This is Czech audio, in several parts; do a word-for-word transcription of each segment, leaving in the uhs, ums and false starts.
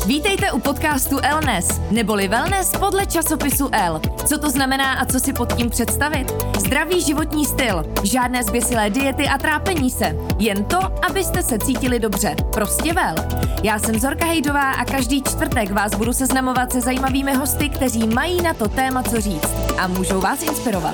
Vítejte u podcastu Elnes, neboli wellness podle časopisu L. Co to znamená a co si pod tím představit? Zdravý životní styl, žádné zběsilé diety a trápení se. Jen to, abyste se cítili dobře. Prostě vel. Já jsem Zorka Hejdová a každý čtvrtek vás budu seznamovat se zajímavými hosty, kteří mají na to téma co říct a můžou vás inspirovat.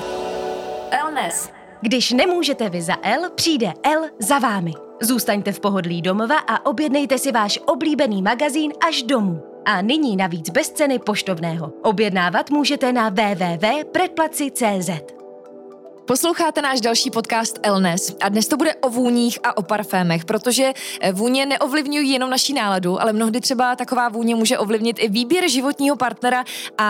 Elnes. Když nemůžete vy za L, přijde L za vámi. Zůstaňte v pohodlí domova a objednejte si váš oblíbený magazín až domů. A nyní navíc bez ceny poštovného. Objednávat můžete na w w w tečka predplaci tečka c z. Posloucháte náš další podcast Elnes a dnes to bude o vůních a o parfémech, protože vůně neovlivňují jenom naší náladu, ale mnohdy třeba taková vůně může ovlivnit i výběr životního partnera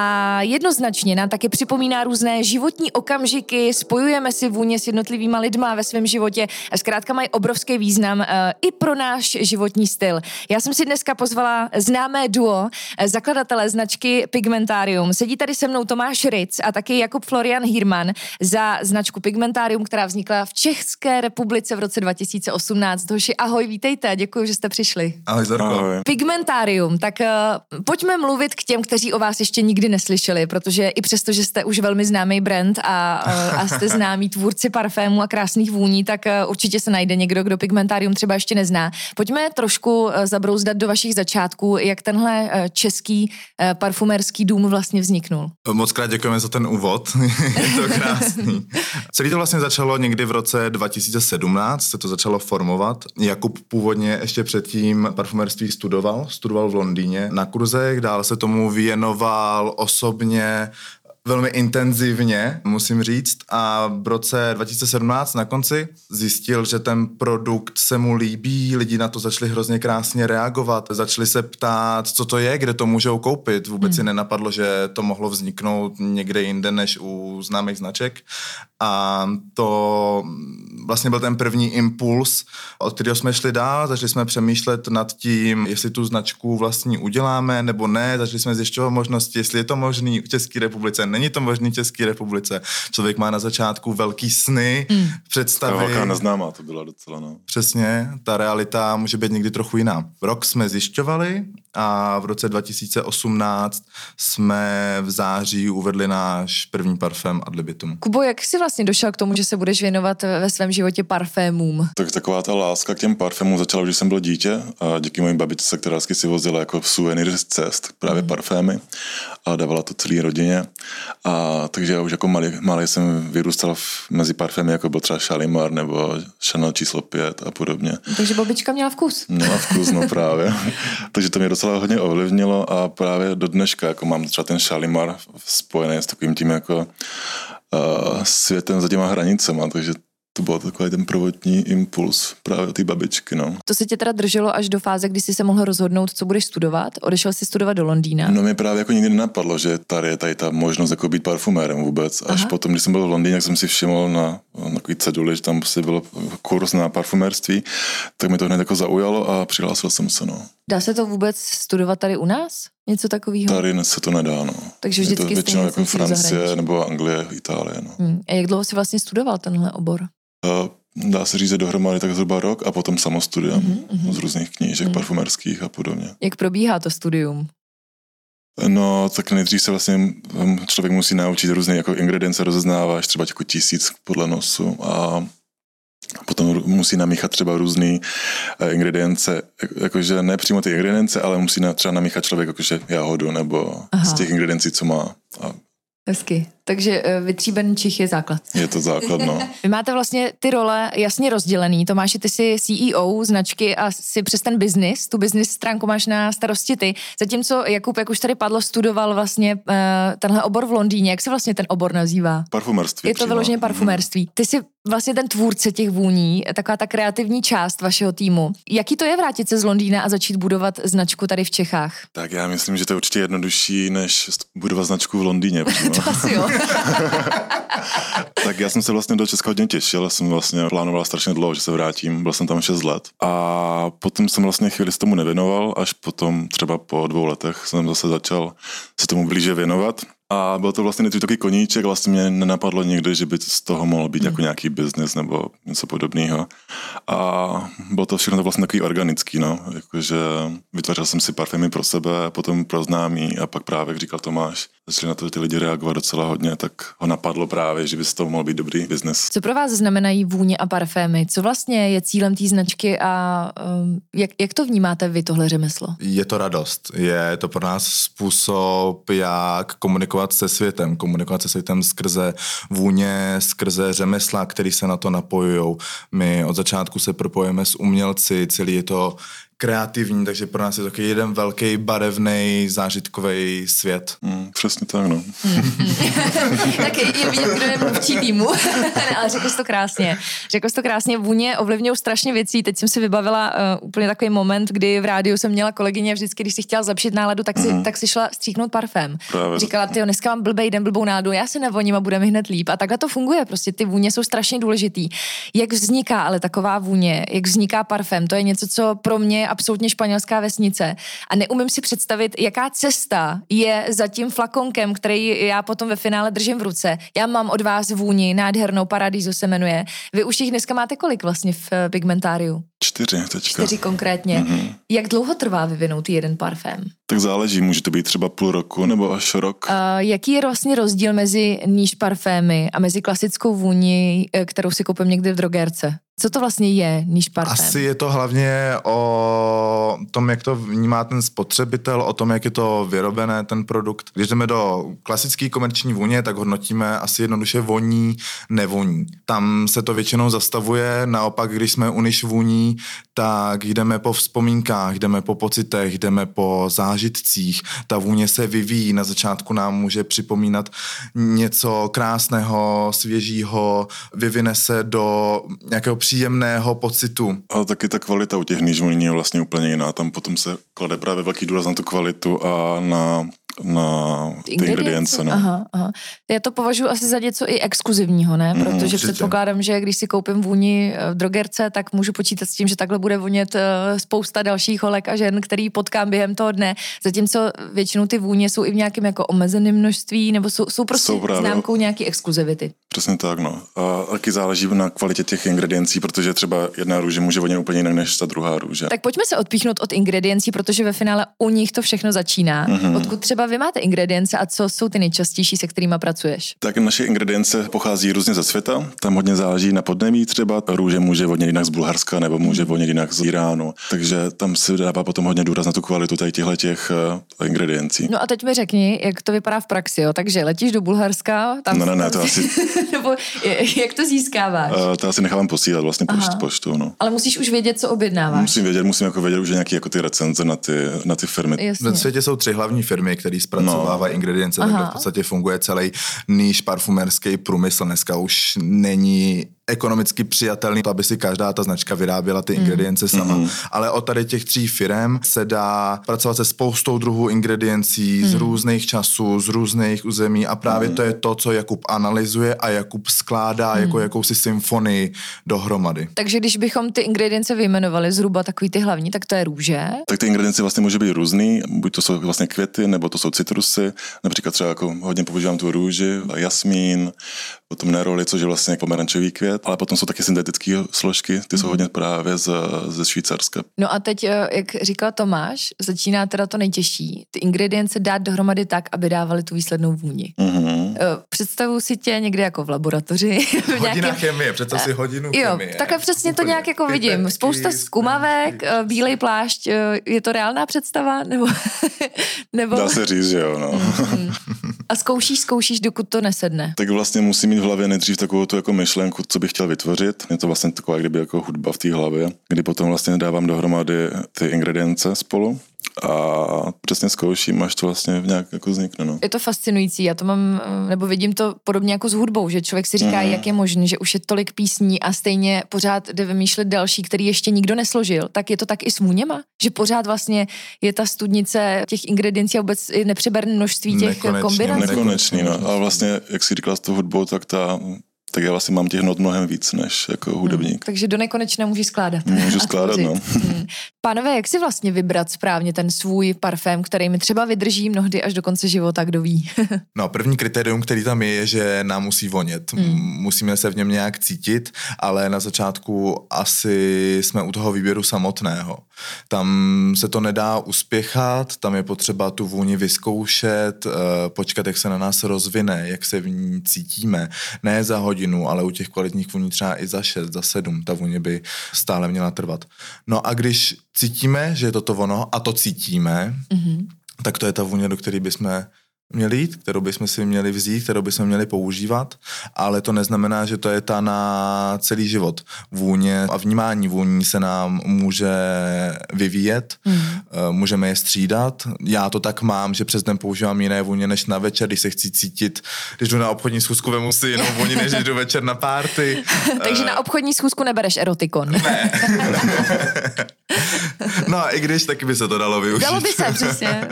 a jednoznačně nám taky připomíná různé životní okamžiky, spojujeme si vůně s jednotlivýma lidma ve svém životě a zkrátka mají obrovský význam uh, i pro náš životní styl. Já jsem si dneska pozvala známé duo, zakladatele značky Pigmentarium. Sedí tady se mnou Tomáš Ritz a taky Jakub Florian Hýrman za značku Pigmentarium, která vznikla v České republice v roce dva tisíce osmnáct. Hoši, ahoj, vítejte, děkuji, že jste přišli. Ahoj, Zorko. Ahoj. Pigmentarium, tak uh, pojďme mluvit k těm, kteří o vás ještě nikdy neslyšeli, protože i přesto, že jste už velmi známý brand a, uh, a jste známí tvůrci parfémů a krásných vůní, tak uh, určitě se najde někdo, kdo Pigmentarium třeba ještě nezná. Pojďme trošku uh, zabrouzdat do vašich začátků, jak tenhle uh, český uh, parfumerský dům vlastně vzniknul. Moc krát děkujeme za ten úvod, je to krásný. Celý to vlastně začalo někdy v roce dva tisíce sedmnáct, se to začalo formovat. Jakub původně ještě předtím parfumerství studoval, studoval v Londýně na kurzech, dál se tomu věnoval osobně velmi intenzivně, musím říct, a v roce dva tisíce sedmnáct na konci zjistil, že ten produkt se mu líbí, lidi na to začali hrozně krásně reagovat, začali se ptát, co to je, kde to můžou koupit. Vůbec hmm. si nenapadlo, že to mohlo vzniknout někde jinde než u známých značek. A to vlastně byl ten první impuls, od kterého jsme šli dál, začali jsme přemýšlet nad tím, jestli tu značku vlastní uděláme nebo ne, začali jsme zjišťovat možnosti, jestli je to možný v České republice, není to možný v České republice. Člověk má na začátku velký sny, mm. představy. To velká neznámá to byla docela, no. Přesně, ta realita může být někdy trochu jiná. Rok jsme zjišťovali a v roce dva tisíce osmnáct jsme v září uvedli náš první parfém Ad libitum. Kubo, jak jsi vlastně došel k tomu, že se budeš věnovat ve svém životě parfémům? Tak taková ta láska k těm parfémům začala, když jsem byl dítě a díky mojí babičce, která si vozila jako suvenýr z cest, právě mm. parfémy a dávala to celé rodině. A takže já už jako malý, malý jsem vyrůstal v, mezi parfémy, jako byl třeba Shalimar nebo Chanel číslo pět a podobně. Takže babička měla vkus. Měla vkus, no právě. Takže to mě docela hodně ovlivnilo a právě do dneška jako mám třeba ten Shalimar spojený s takovým tím jako uh, světem za těma hranicema, takže to byl takový ten prvotní impuls právě od té babičky, no. To se tě teda drželo až do fáze, kdy jsi se mohl rozhodnout, co budeš studovat? Odešel jsi studovat do Londýna? No mi právě jako nikdy nenapadlo, že tady je tady ta možnost jako být parfumérem vůbec. Až Aha. potom, když jsem byl v Londýně, jak jsem si všiml na, na takový ceduli, že tam prostě byl kurz na parfumérství, tak mi to hned jako zaujalo a přihlásil jsem se, no. Dá se to vůbec studovat tady u nás? Něco takového? Tady se to nedá, no. Takže vždycky je to většinou jako Francie nebo Anglie, Itálie, no. Hmm. A jak dlouho jsi vlastně studoval tenhle obor? Uh, dá se říct, že dohromady tak zhruba rok a potom samostudiem mm-hmm. z různých knížek mm-hmm. parfumerských a podobně. Jak probíhá to studium? No, tak nejdřív se vlastně člověk musí naučit různé jako ingredience rozeznáváš, třeba jako tisíc podle nosu a potom musí namíchat třeba různé ingredience, jakože ne přímo ty ingredience, ale musí třeba namíchat člověk jakože jahodu nebo Aha. z těch ingrediencí, co má. A hezky. Takže vytříbený čich je základ. Je to základ, no. Vy máte vlastně ty role jasně rozdělený. Tomáši, ty jsi C E O značky a si přes ten biznis, tu biznis stránku máš na starosti ty. Zatímco Jakub, jak už tady padlo, studoval vlastně uh, tenhle obor v Londýně. Jak se vlastně ten obor nazývá? Parfumerství. Je to vyloženě parfumerství. Ty jsi vlastně ten tvůrce těch vůní, taková ta kreativní část vašeho týmu. Jaký to je vrátit se z Londýna a začít budovat značku tady v Čechách? Tak já myslím, že to je určitě jednodušší, než budovat značku v Londýně. To asi jo. Tak já jsem se vlastně do Česka hodně těšil, jsem vlastně plánoval strašně dlouho, že se vrátím, byl jsem tam šest let a potom jsem vlastně chvíli se tomu nevěnoval, až potom třeba po dvou letech jsem zase začal se tomu blíže věnovat A byl to vlastně nejdřív takový koníček, vlastně mě nenapadlo nikdy, že by z toho mohl být hmm. jako nějaký biznis nebo něco podobného. A bylo to všechno to vlastně takový organický, no. Jakože vytvářel jsem si parfémy pro sebe, potom pro známý a pak právě, jak říkal Tomáš, začali na to ty lidi reagovat docela hodně, tak ho napadlo právě, že by z toho mohl být dobrý biznis. Co pro vás znamenají vůně a parfémy? Co vlastně je cílem té značky a um, jak, jak to vnímáte vy, tohle řemeslo? Je to radost. Je to pro nás způsob, jak komunikovat se světem. Komunikovat se světem skrze vůně, skrze řemesla, který se na to napojují. My od začátku se propojíme s umělci, celý je to kreativní, takže pro nás je to takový jeden velký barevný zážitkový svět. Mm, přesně tak, no. Taky je vidět, kdo je mluvčí týmu, ale řekl jsi to krásně. Řekl jsi to krásně, vůně ovlivňují strašně věcí. Teď jsem si vybavila uh, úplně takový moment, kdy v rádiu jsem měla kolegyně vždycky, když si chtěla zlepšit náladu, tak si, mm. tak si šla stříknout parfém. Právě. Říkala, tyjo, dneska mám blbej den, blbou náladu, já se navoním a bude mi hned líp. A takhle to funguje, prostě ty vůně jsou strašně důležitý. Jak vzniká ale taková vůně, jak vzniká parfém, to je něco, co pro mě absolutně španělská vesnice. A neumím si představit, jaká cesta je za tím flakonkem, který já potom ve finále držím v ruce. Já mám od vás vůni, nádhernou, Paradiso se jmenuje. Vy už jich dneska máte kolik vlastně v Pigmentáriu? Čtyři teďka. Čtyři konkrétně. Mm-hmm. Jak dlouho trvá vyvinout jeden parfém? Tak záleží, může to být třeba půl roku nebo až rok. Uh, jaký je vlastně rozdíl mezi níž parfémy a mezi klasickou vůní, kterou si koupím někdy v drogérce? Co to vlastně je níž parfém? Asi je to hlavně o tom, jak to vnímá ten spotřebitel, o tom, jak je to vyrobené, ten produkt. Když jdeme do klasické komerční vůně, tak hodnotíme asi jednoduše voní, nevoní. Tam se to většinou zastavuje, naopak, když jsme u níž vůní, tak jdeme po vzpomínkách, jdeme po pocitech, jdeme po zážitcích. Ta vůně se vyvíjí, na začátku nám může připomínat něco krásného, svěžího, vyvine se do nějakého příjemného pocitu. Ale taky ta kvalita u těch níž vůní je vlastně úplně jiná. Tam potom se klade právě velký důraz na tu kvalitu a na na ty ingredience. No. Aha, aha. Já to považuji asi za něco i exkluzivního, ne? Protože mm, předpokládám, že když si koupím vůni v drogerce, tak můžu počítat s tím, že takhle bude vonět spousta dalších holek a žen, který potkám během toho dne. Zatímco většinou ty vůně jsou i v nějakém jako omezeném množství, nebo jsou, jsou prostě jsou právě známkou nějaký exkluzivity. Přesně tak, no. A taky záleží na kvalitě těch ingrediencí, protože třeba jedna růže může vonět úplně jinak než ta druhá růže. Tak pojďme se odpíchnout od ingrediencí, protože ve finále u nich to všechno začíná. Mm-hmm. Odkud třeba vy máte ingredience a co jsou ty nejčastější, se kterými pracuješ? Tak naše ingredience pochází různě ze světa, tam hodně záleží na podnebí třeba. Růže může vonět jinak z Bulharska nebo může vonět jinak z Iránu, takže tam se dává potom hodně důraz na tu kvalitu tady těchto těch uh, ingrediencí. No a teď mi řekni, jak to vypadá v praxi, jo? Takže letíš do Bulharska, tam... No ne, ne, to asi... nebo jak to získáváš? Uh, to asi nechávám posílat vlastně pošt, poštou, no. Ale musíš už vědět, co objednáváš. Musím vědět, musím jako vědět už nějaký jako ty recenze na ty, na ty firmy. Jasně. Ve světě jsou tři hlavní firmy, které zpracovávají no. ingredience, takže v podstatě funguje celý níž parfumerský průmysl. Dneska už není ekonomicky přijatelný, aby si každá ta značka vyráběla ty ingredience mm. sama. Mm. Ale od tady těch tří firem se dá pracovat se spoustou druhů ingrediencí mm. z různých časů, z různých území a právě mm. to je to, co Jakub analyzuje a Jakub skládá mm. jako jakousi symfonii dohromady. Takže když bychom ty ingredience vyjmenovali zhruba takový ty hlavní, tak to je růže. Tak ty ingredience vlastně může být různý, buď to jsou vlastně květy, nebo to jsou citrusy. Například třeba jako hodně používám tu růži, jasmín, potom neroli, což je vlastně pomerančový květ, ale potom jsou taky syntetické složky, ty jsou mm. hodně právě z, ze Švýcarska. No a teď, jak říkal Tomáš, začíná teda to nejtěžší. Ty ingredience dát dohromady tak, aby dávaly tu výslednou vůni. Mm-hmm. Představuji si tě někde jako v laboratoři. Hodina nějakém... chemie, představ si hodinu jo, chemie. Takhle přesně to nějak jako vidím. Spousta zkumavek, bílej plášť, je to reálná představa? Nebo... Nebo... Dá se říct, že jo, no. Mm-hmm. A zkoušíš, zkoušíš, dokud to nesedne. Tak vlastně musím mít v hlavě nejdřív takovou tu jako myšlenku, co bych chtěl vytvořit. Je to vlastně taková, kdyby jako hudba v té hlavě, kdy potom vlastně dávám dohromady ty ingredience spolu a přesně zkouším, až to vlastně nějak jako vznikne. No. Je to fascinující, já to mám, nebo vidím to podobně jako s hudbou, že člověk si říká, mm. jak je možné, že už je tolik písní a stejně pořád jde vymýšlet další, který ještě nikdo nesložil. Tak je to tak i s vůněma? Že pořád vlastně je ta studnice těch ingrediencí a vůbec nepřeberné množství těch nekonečný, kombinací? Nekonečný, no. Ale vlastně, jak jsi říkala s tou hudbou, tak ta... tak já vlastně mám těch not mnohem víc než jako hudebník. Hmm, takže do nekonečna můžeš skládat. Můžu skládat, no. Hmm. Pánové, jak si vlastně vybrat správně ten svůj parfém, který mi třeba vydrží mnohdy až do konce života, kdo ví? No, první kritérium, který tam je, je, že nám musí vonět. Hmm. Musíme se v něm nějak cítit, ale na začátku asi jsme u toho výběru samotného. Tam se to nedá uspěchat, tam je potřeba tu vůni vyzkoušet, počkat, jak se na nás rozvine, jak se v ní cítíme. Ne za hodinu, ale u těch kvalitních vůní třeba i za šest, za sedm. Ta vůně by stále měla trvat. No a když cítíme, že je to to ono a to cítíme, mm-hmm. tak to je ta vůně, do které bychom měli jít, kterou bychom si měli vzít, kterou bychom měli používat, ale to neznamená, že to je ta na celý život. Vůně a vnímání vůní se nám může vyvíjet, mm. můžeme je střídat. Já to tak mám, že přes den používám jiné vůně než na večer, když se chci cítit, když jdu na obchodní schůzku, vemu si jinou vůni, než když jdu večer na párty. Takže na obchodní schůzku nebereš erotikon. Ne. No a i když, taky by se to dalo využít. Dalo by se, přesně.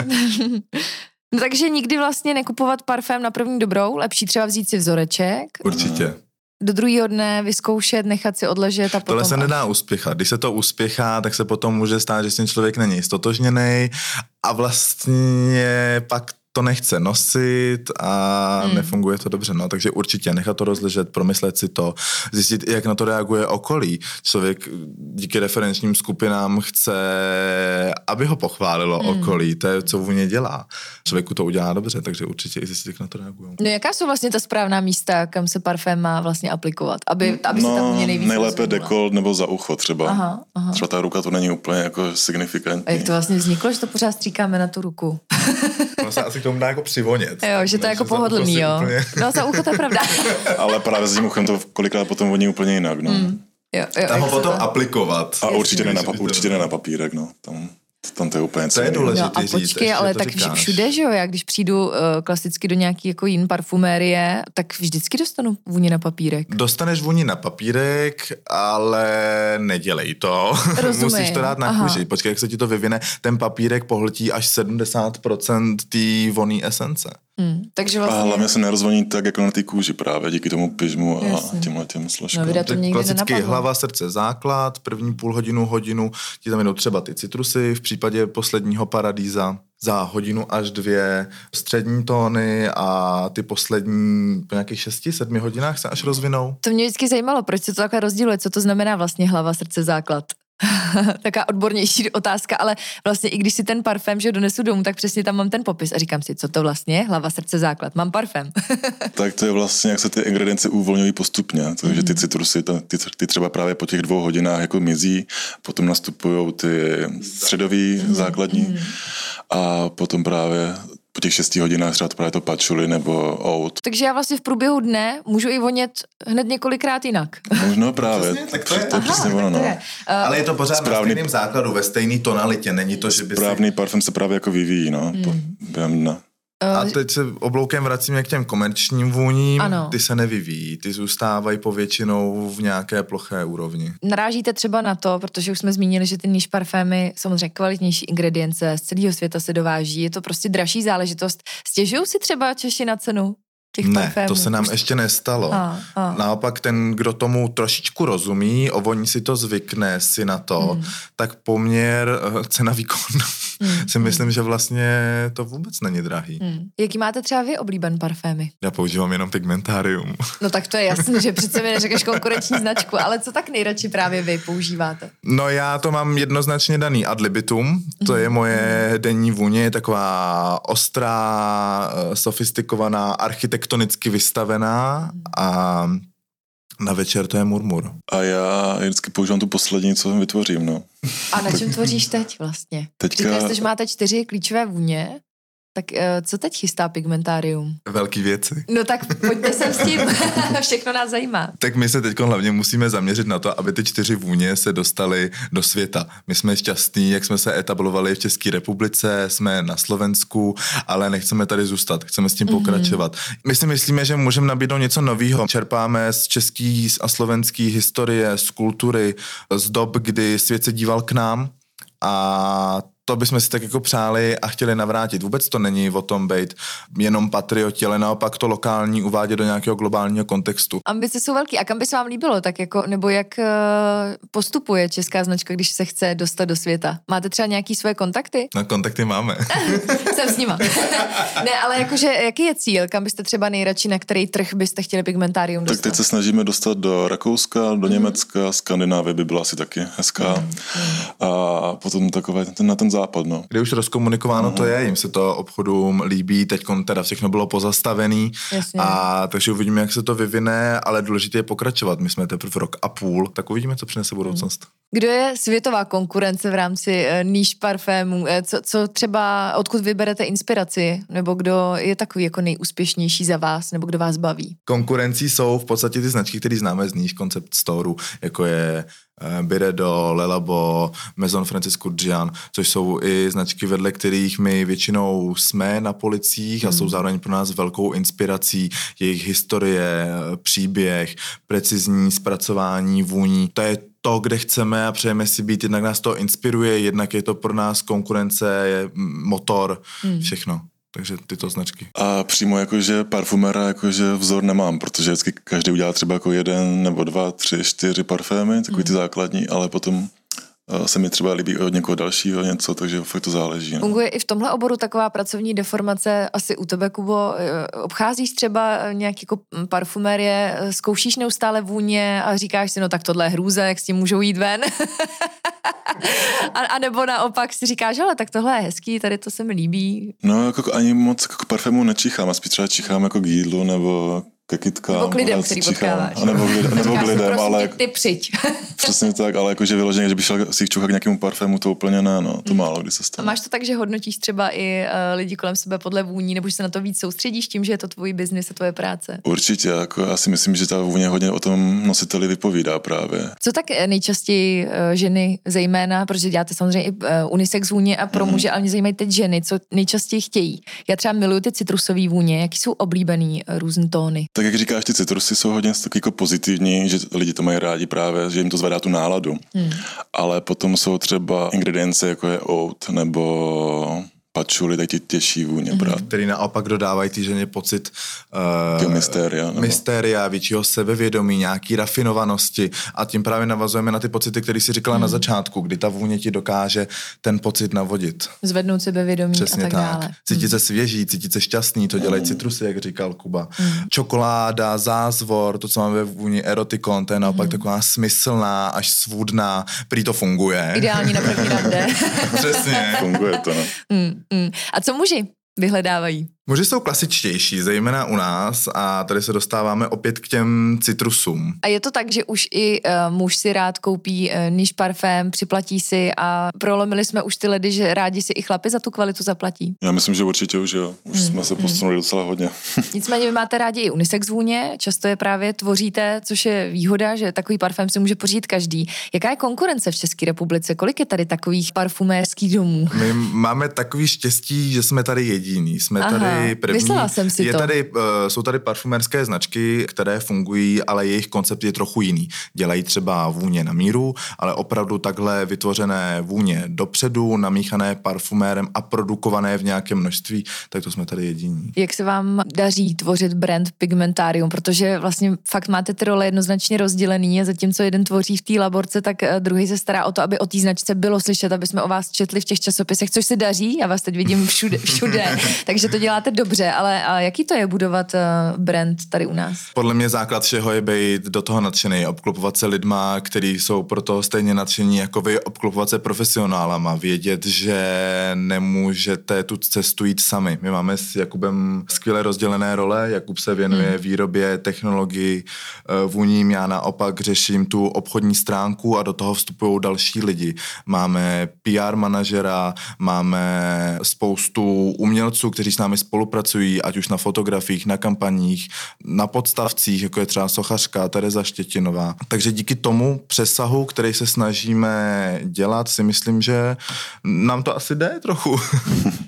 No, takže nikdy vlastně nekupovat parfém na první dobrou, lepší třeba vzít si vzoreček. Určitě. Do druhého dne vyzkoušet, nechat si odležet a potom... Tohle se nedá uspěchat. Když se to uspěchá, tak se potom může stát, že s tím člověk není stotožněnej a vlastně pak to nechce nosit a hmm. nefunguje to dobře. No, takže určitě nechat to rozležet, promyslet si to, zjistit, jak na to reaguje okolí. Člověk díky referenčním skupinám chce, aby ho pochválilo hmm. okolí. To je, co vůně dělá. Člověku to udělá dobře, takže určitě i zjistit, jak na to reagují. No jaká jsou vlastně ta správná místa, kam se parfém má vlastně aplikovat? Aby, aby no, se ta vůně nejvíc nejlépe rozvinula. Dekol nebo za ucho třeba. Aha, aha. Třeba ta ruka to není úplně jako signifikantní. A jak to vlastně vzniklo, že to pořád stříkáme na tu ruku? No se asi k tomu dá jako přivonět. Jo, že to je jako pohodlný, jo. Úplně... No za ucho to je pravda. Ale právě s tím uchem to kolikrát potom voní úplně jinak, no. Mm. Jo, jo, tam ho potom to... aplikovat. A určitě ne, na, určitě ne na papírek, no. Tam... Tam to je úplně to je důležité no, a počkej, říct, ještě ale to tak říkáš. Všude, že jo, já když přijdu uh, klasicky do nějaký jako jiný parfumérie, tak vždycky dostanu vůni na papírek. Dostaneš vůni na papírek, ale nedělej to. Musíš to dát na kůži. Počkej, jak se ti to vyvine, ten papírek pohltí až sedmdesát procent té vonné esence. Hmm, takže vlastně... A hlavně se nerozvoní tak jako na té kůži právě, díky tomu pyžmu a těmhle těm složkám. No, to klasicky hlava, srdce, základ, první půl hodinu, hodinu, ti tam jdou třeba ty citrusy, v případě posledního paradýza za hodinu až dvě střední tóny a ty poslední po nějakých šesti, sedmi hodinách se až rozvinou. To mě vždycky zajímalo, proč se to takhle rozděluje, co to znamená vlastně hlava, srdce, základ. Taká odbornější otázka, ale vlastně i když si ten parfém, že donesu domů, tak přesně tam mám ten popis a říkám si, co to vlastně je, hlava, srdce, základ, mám parfém. Tak to je vlastně, jak se ty ingredience uvolňují postupně, takže ty citrusy, ty, ty třeba právě po těch dvou hodinách jako mizí, potom nastupují ty středový, základní a potom právě po těch šesti hodinách třeba to právě to patchouli nebo oud. Takže já vlastně v průběhu dne můžu i vonět hned několikrát jinak. Možno právě. Přesně, tak to je, to je přesně ono, no. Je. Uh, Ale je to pořád správný, na stejném základu, ve stejné tonalitě, není to, že by správný si... parfém se právě jako vyvíjí, no, hmm. během dne. A teď se obloukem vracíme k těm komerčním vůním, ano. Ty se nevyvíjí, ty zůstávají povětšinou v nějaké ploché úrovni. Narážíte třeba na to, protože už jsme zmínili, že ty níž parfémy, samozřejmě kvalitnější ingredience z celého světa se dováží, je to prostě dražší záležitost. Stěžují si třeba Češi na cenu těch ne, parfémů? to se nám ještě nestalo. A, a. Naopak ten, kdo tomu trošičku rozumí, ovoní si to zvykne si na to, hmm. tak poměr cena výkon hmm. si myslím, že vlastně to vůbec není drahý. Hmm. Jaký máte třeba vy oblíben parfémy? Já používám jenom Pigmentarium. No tak to je jasný, že přece mi neřekneš konkurenční značku, ale co tak nejradši právě vy používáte? No já to mám jednoznačně daný ad libitum, to je moje denní vůně, je taková ostrá, sofistikovaná, architektonicky vystavená a na večer to je murmur. A já vždycky používám tu poslední, co vytvořím, no. A na čem tvoříš teď vlastně? Teďka... Říkali jste, že máte čtyři klíčové vůně, tak uh, co teď chystá Pigmentarium? Velký věci. No tak pojďte sem s tím, všechno nás zajímá. Tak my se teď hlavně musíme zaměřit na to, aby ty čtyři vůně se dostaly do světa. My jsme šťastní, jak jsme se etablovali v České republice, jsme na Slovensku, ale nechceme tady zůstat, chceme s tím pokračovat. Mm-hmm. My si myslíme, že můžeme nabídnout něco nového. Čerpáme z české a slovenské historie, z kultury, z dob, kdy svět se díval k nám a to bychom si tak jako přáli a chtěli navrátit. Vůbec to není o tom být jenom patrioti, ale naopak to lokální uvádět do nějakého globálního kontextu. Ambice jsou velký. A kam by se vám líbilo, tak jako, nebo jak uh, postupuje česká značka, když se chce dostat do světa? Máte třeba nějaký svoje kontakty? No, kontakty máme. Jsem s nima. Ne, ale jakože, jaký je cíl? Kam byste třeba nejradši, na který trh byste chtěli Pigmentarium dostat? Tak teď se snažíme dostat do Rakouska, do Německa, Skandinávie by byla asi taky hezká. Mm. A potom takové ten, na ten západ, no. Kde už rozkomunikováno mm. to je, jim se to obchodům líbí, teď teda všechno bylo pozastavený. Jasně. A takže uvidíme, jak se to vyvine, ale důležité je pokračovat. My jsme teprve rok a půl, tak uvidíme, co přinese budoucnost. Kdo je světová konkurence v rámci uh, níž parfémů? Co, co třeba, odkud vyberete inspiraci? Nebo kdo je takový jako nejúspěšnější za vás? Nebo kdo vás baví? Konkurencí jsou v podstatě ty značky, které známe z níž koncept storeu, jako je Byredo, Le Labo, Maison Francisco Gian, což jsou i značky, vedle kterých my většinou jsme na policích a jsou zároveň pro nás velkou inspirací. Jejich historie, příběh, precizní zpracování vůní. To je to, kde chceme a přejeme si být. Jednak nás to inspiruje, jednak je to pro nás konkurence, je motor, hmm. všechno. Takže tyto značky. A přímo jakože parfumera jakože vzor nemám, protože vždycky každý udělá třeba jako jeden nebo dva, tři, čtyři parfémy, takový ty základní, ale potom se mi třeba líbí od někoho dalšího něco, takže fakt to záleží. No. Funguje i v tomhle oboru taková pracovní deformace asi u tebe, Kubo? Obcházíš třeba nějaký jako parfumérie, zkoušíš neustále vůně a říkáš si, no tak tohle je hrůza, jak s tím můžou jít ven? a, a nebo naopak si říkáš, ale tak tohle je hezký, tady to se mi líbí. No, jako ani moc jako k parfému nečichám, a spíš třeba čichám jako k jídlu nebo ke kytkám. Nebo k lidem, který potkáváš. Nebo k lidem, nebo k lidem prosím, ale... ty přijď. Přesně tak, ale jakože vyloženě, že bych šel si čuchat k nějakému parfému, to úplně ne, no, to mm. málo kdy se stane. A máš to tak, že hodnotíš třeba i uh, lidi kolem sebe podle vůní, nebo že se na to víc soustředíš tím, že je to tvůj biznis a tvoje práce? Určitě, jako já si myslím, že ta vůně hodně o tom nositeli vypovídá právě. Co tak nejčastěji uh, ženy zejména, protože děláte samozřejmě i uh, unisex vůně a pro mm. muže, ale mě zajímají teď ženy, co nejčastěji chtějí. Já třeba miluju ty citrusové vůně, jaký jsou oblíbený uh, různý tóny. Tak jak říkáš, ty citrusy jsou hodně taky jako pozitivní, že lidi to mají rádi právě, že jim to zvedá tu náladu. Hmm. Ale potom jsou třeba ingredience, jako je oud nebo pačuli, tak ti těžší vůně, mm. právě. Který naopak dodávají ty ženě pocit uh, mystéria, nebo... mystéria, většího sebevědomí, nějaký rafinovanosti a tím právě navazujeme na ty pocity, které si říkala mm. na začátku, kdy ta vůně ti dokáže ten pocit navodit. Zvednout sebevědomí. Přesně a tak, tak dále. Cítit mm. se svěží, cítit se šťastný, to dělají mm. citrusy, jak říkal Kuba. Mm. Čokoláda, zázvor, to, co máme ve vůni erotikon, to je naopak mm. taková smyslná, až svůdná, prý to funguje. Ideální na první rande. Přesně. Funguje to, no. Mm. Mm. A co muži vyhledávají? Muži jsou klasičtější, zejména u nás a tady se dostáváme opět k těm citrusům. A je to tak, že už i uh, muž si rád koupí uh, níž parfém, připlatí si a prolomili jsme už ty ledy, že rádi si i chlapi za tu kvalitu zaplatí? Já myslím, že určitě už jo. Už hmm. jsme se posunuli hmm. docela hodně. Nicméně vy máte rádi i unisex vůně, často je právě tvoříte, což je výhoda, že takový parfém si může pořídit každý. Jaká je konkurence v České republice? Kolik je tady takových parfumérských domů? My máme takový štěstí, že jsme tady jediní. Jsme Aha. tady první. Myslela jsem si je to. Tady, uh, jsou tady parfumérské značky, které fungují, ale jejich koncept je trochu jiný. Dělají třeba vůně na míru, ale opravdu takhle vytvořené vůně dopředu, namíchané parfumérem a produkované v nějakém množství, tak to jsme tady jediní. Jak se vám daří tvořit brand Pigmentarium? Protože vlastně fakt máte ty role jednoznačně rozdělený a zatímco jeden tvoří v té laborce, tak druhý se stará o to, aby o té značce bylo slyšet, aby jsme o vás četli v těch časopisech, což se daří. Já vás teď vidím všude, všude takže to děláte dobře, ale a jaký to je budovat uh, brand tady u nás? Podle mě základ všeho je být do toho nadšený, obklopovat se lidma, kteří jsou pro to stejně nadšení jako vy, obklopovat se profesionálama, vědět, že nemůžete tu cestu jít sami. My máme s Jakubem skvěle rozdělené role, Jakub se věnuje hmm. výrobě, technologii, vůním, já naopak řeším tu obchodní stránku a do toho vstupují další lidi. Máme P R manažera, máme spoustu umělců, kteří s námi spolupracují, ať už na fotografiích, na kampaních, na podstavcích, jako je třeba sochařka Tereza Štětinová. Takže díky tomu přesahu, který se snažíme dělat, si myslím, že nám to asi jde trochu.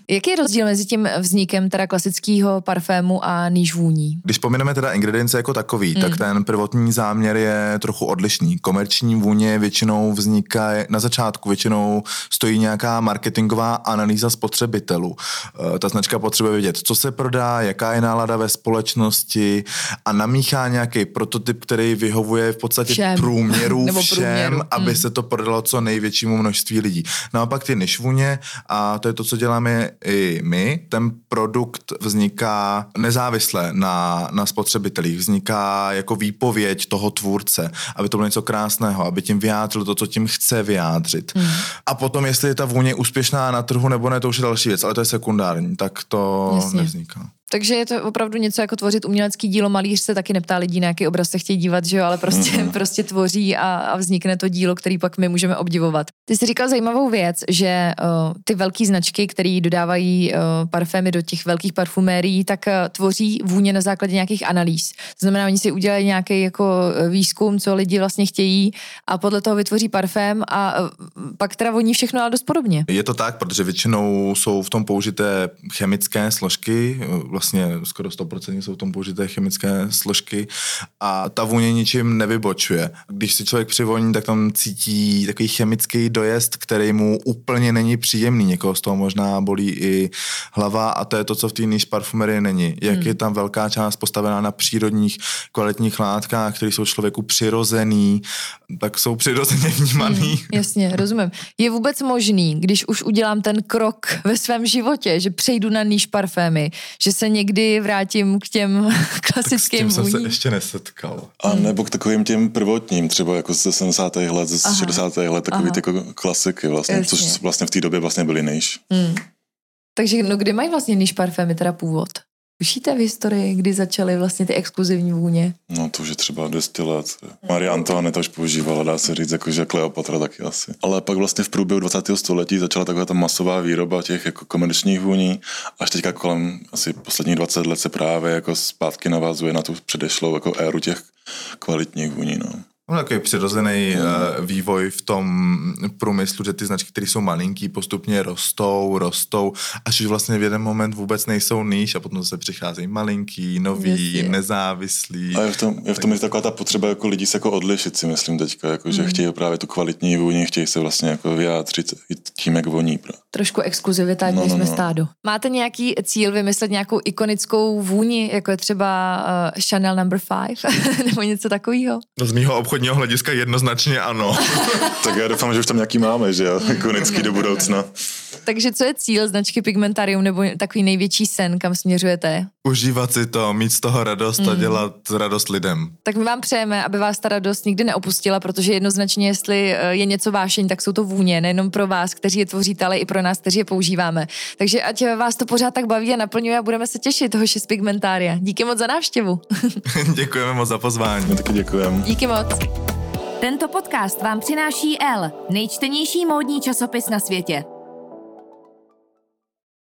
Jaký je rozdíl mezi tím vznikem teda klasického parfému a níž vůní? Když pomineme teda ingredience jako takový, mm. tak ten prvotní záměr je trochu odlišný. Komerční vůně většinou vzniká na začátku, většinou stojí nějaká marketingová analýza spotřebitelů. Ta značka potřebuje vědět, co se prodá, jaká je nálada ve společnosti a namíchá nějaký prototyp, který vyhovuje v podstatě všem. průměru všem, průměru. aby mm. se to prodalo co největšímu množství lidí. Naopak ty niž vůně, a to je to, co děláme i my, ten produkt vzniká nezávisle na, na spotřebitelích, vzniká jako výpověď toho tvůrce, aby to bylo něco krásného, aby tím vyjádřil to, co tím chce vyjádřit. Mm. A potom, jestli je ta vůně úspěšná na trhu nebo ne, to už je další věc, ale to je sekundární, tak to Jasně. nevzniká. Takže je to opravdu něco jako tvořit umělecký dílo. Malíř se taky neptá lidí, na jaký obraz se chtějí dívat, že jo, ale prostě, mm-hmm. prostě tvoří a, a vznikne to dílo, který pak my můžeme obdivovat. Ty jsi říkal zajímavou věc, že uh, ty velké značky, které dodávají uh, parfémy do těch velkých parfumérií, tak uh, tvoří vůně na základě nějakých analýz. To znamená, oni si udělají nějaký jako výzkum, co lidi vlastně chtějí a podle toho vytvoří parfém a uh, pak teda voní všechno ale dost podobně. Je to tak, protože většinou jsou v tom použité chemické složky, vlastně skoro sto procent jsou v tom použité chemické složky a ta vůně ničím nevybočuje. Když si člověk přivoní, tak tam cítí takový chemický dojezd, který mu úplně není příjemný. Někoho z toho možná bolí i hlava a to je to, co v té niche parfumerii není. Jak hmm. je tam velká část postavená na přírodních kvalitních látkách, které jsou člověku přirozený, tak jsou přirozeně vnímaný. Hmm, jasně, rozumím. Je vůbec možný, když už udělám ten krok ve svém životě, že přejdu na niche parfémy, že se někdy vrátím k těm klasickým vůním? S tím vůním. Jsem se ještě nesetkal. A nebo k takovým těm prvotním, třeba jako ze sedmdesátých let, ze šedesátých let, takový ty jako klasiky vlastně, Jasně. což vlastně v té době vlastně byly nejš. Hmm. Takže no, kde mají vlastně niche parfémy teda původ? Tušíte v historii, kdy začaly vlastně ty exkluzivní vůně? No to už je třeba deset let. Marie Antoinette už používala, dá se říct, jakože Kleopatra taky asi. Ale pak vlastně v průběhu dvacátého století začala taková ta masová výroba těch jako komerčních vůní. Až teďka kolem asi posledních dvacet let se právě jako zpátky navazuje na tu předešlou jako éru těch kvalitních vůní, no. No, takový přirozený uh, vývoj v tom průmyslu, že ty značky, které jsou malinký, postupně rostou, rostou, až už vlastně v jeden moment vůbec nejsou níž a potom se přicházejí malinký, nový, Jasně. nezávislí. A je v tom, je v tom tak... taková ta potřeba jako lidí se jako odlišit, si myslím teďka, jako, že mm. chtějí právě tu kvalitní vůni, chtějí se vlastně jako vyjádřit tím, jak voní. Pra. Trošku exkluzivita, jak no, no, jsme no. stádo. Máte nějaký cíl vymyslet nějakou ikonickou vůni, jako je třeba uh, Chanel number five nebo něco takového? No, z mýho obchodního hlediska jednoznačně ano. Tak já doufám, že už tam nějaký máme, že jo, ikonický do budoucna. Takže co je cíl značky Pigmentarium nebo takový největší sen, kam směřujete? Užívat si to, mít z toho radost mm. a dělat radost lidem. Tak my vám přejeme, aby vás ta radost nikdy neopustila, protože jednoznačně, jestli je něco vášeň, tak jsou to vůně, nejenom pro vás, kteří je tvoříte, ale i pro nás, kteří je používáme. Takže ať vás to pořád tak baví a naplňuje a budeme se těšit toho z Pigmentaria. Díky moc za návštěvu. Děkujeme moc za pozvání. My taky děkujeme. Díky moc. Tento podcast vám přináší Elle, nejčtenější módní časopis na světě.